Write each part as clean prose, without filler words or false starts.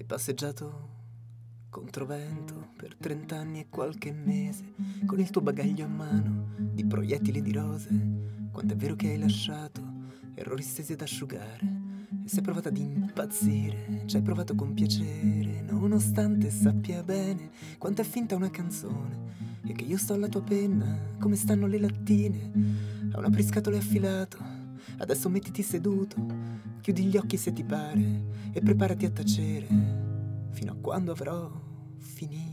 passeggiato controvento per 30 anni e qualche mese, con il tuo bagaglio a mano di proiettili di rose. Quanto è vero che hai lasciato errori stesi ad asciugare, e sei provato ad impazzire, ci hai provato con piacere, nonostante sappia bene quanto è finta una canzone, e che io sto alla tua penna come stanno le lattine a un apriscatole affilato. Adesso mettiti seduto, chiudi gli occhi se ti pare e preparati a tacere fino a quando avrò finito.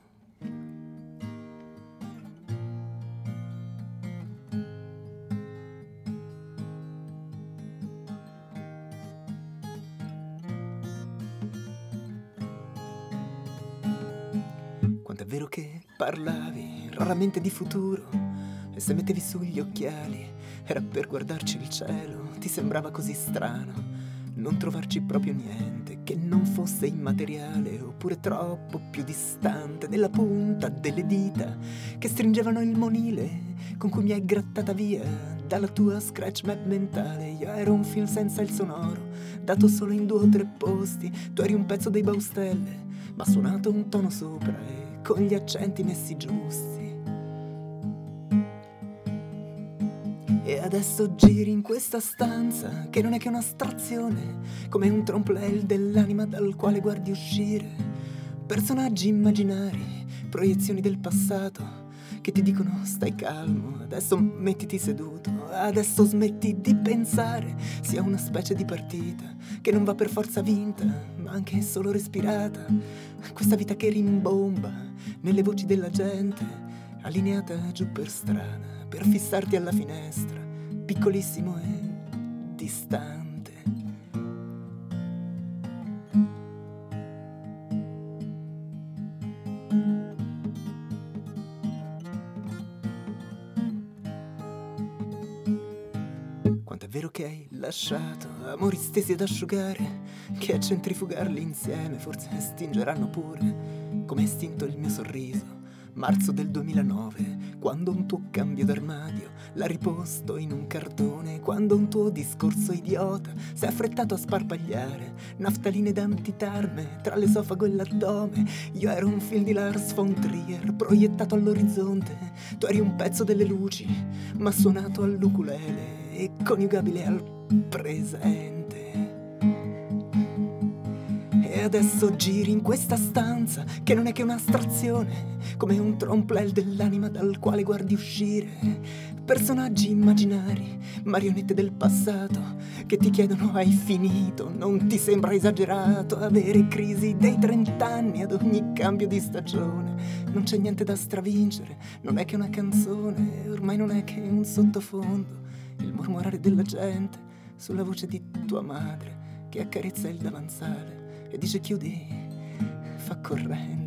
Quanto è vero che parlavi raramente di futuro, e se mettevi su gli occhiali era per guardarci il cielo. Ti sembrava così strano non trovarci proprio niente che non fosse immateriale, oppure troppo più distante della punta delle dita che stringevano il monile con cui mi hai grattata via dalla tua scratch map mentale. Io ero un film senza il sonoro, dato solo in 2 o 3 posti. Tu eri un pezzo dei Baustelle, ma suonato un tono sopra e con gli accenti messi giusti. E adesso giri in questa stanza che non è che un'astrazione, come un trompe-l'œil dell'anima dal quale guardi uscire personaggi immaginari, proiezioni del passato che ti dicono stai calmo, adesso mettiti seduto, adesso smetti di pensare sia una specie di partita che non va per forza vinta, ma anche solo respirata. Questa vita che rimbomba nelle voci della gente, allineata giù per strada per fissarti alla finestra, piccolissimo e distante. Quanto è vero che hai lasciato amori stesi ad asciugare, che a centrifugarli insieme forse stingeranno pure, come è estinto il mio sorriso. Marzo del 2009, quando un tuo cambio d'armadio l'ha riposto in un cartone, quando un tuo discorso idiota si è affrettato a sparpagliare naftaline d'antitarme tra l'esofago e l'addome. Io ero un film di Lars von Trier proiettato all'orizzonte, tu eri un pezzo delle luci ma suonato all'ukulele e coniugabile al presente. E adesso giri in questa stanza che non è che un'astrazione, come un trompe-l'œil dell'anima dal quale guardi uscire personaggi immaginari, marionette del passato che ti chiedono hai finito, non ti sembra esagerato avere crisi dei 30 anni ad ogni cambio di stagione. Non c'è niente da stravincere, non è che una canzone, ormai non è che un sottofondo, il mormorare della gente sulla voce di tua madre che accarezza il davanzale e dice chiudi, fa corrente.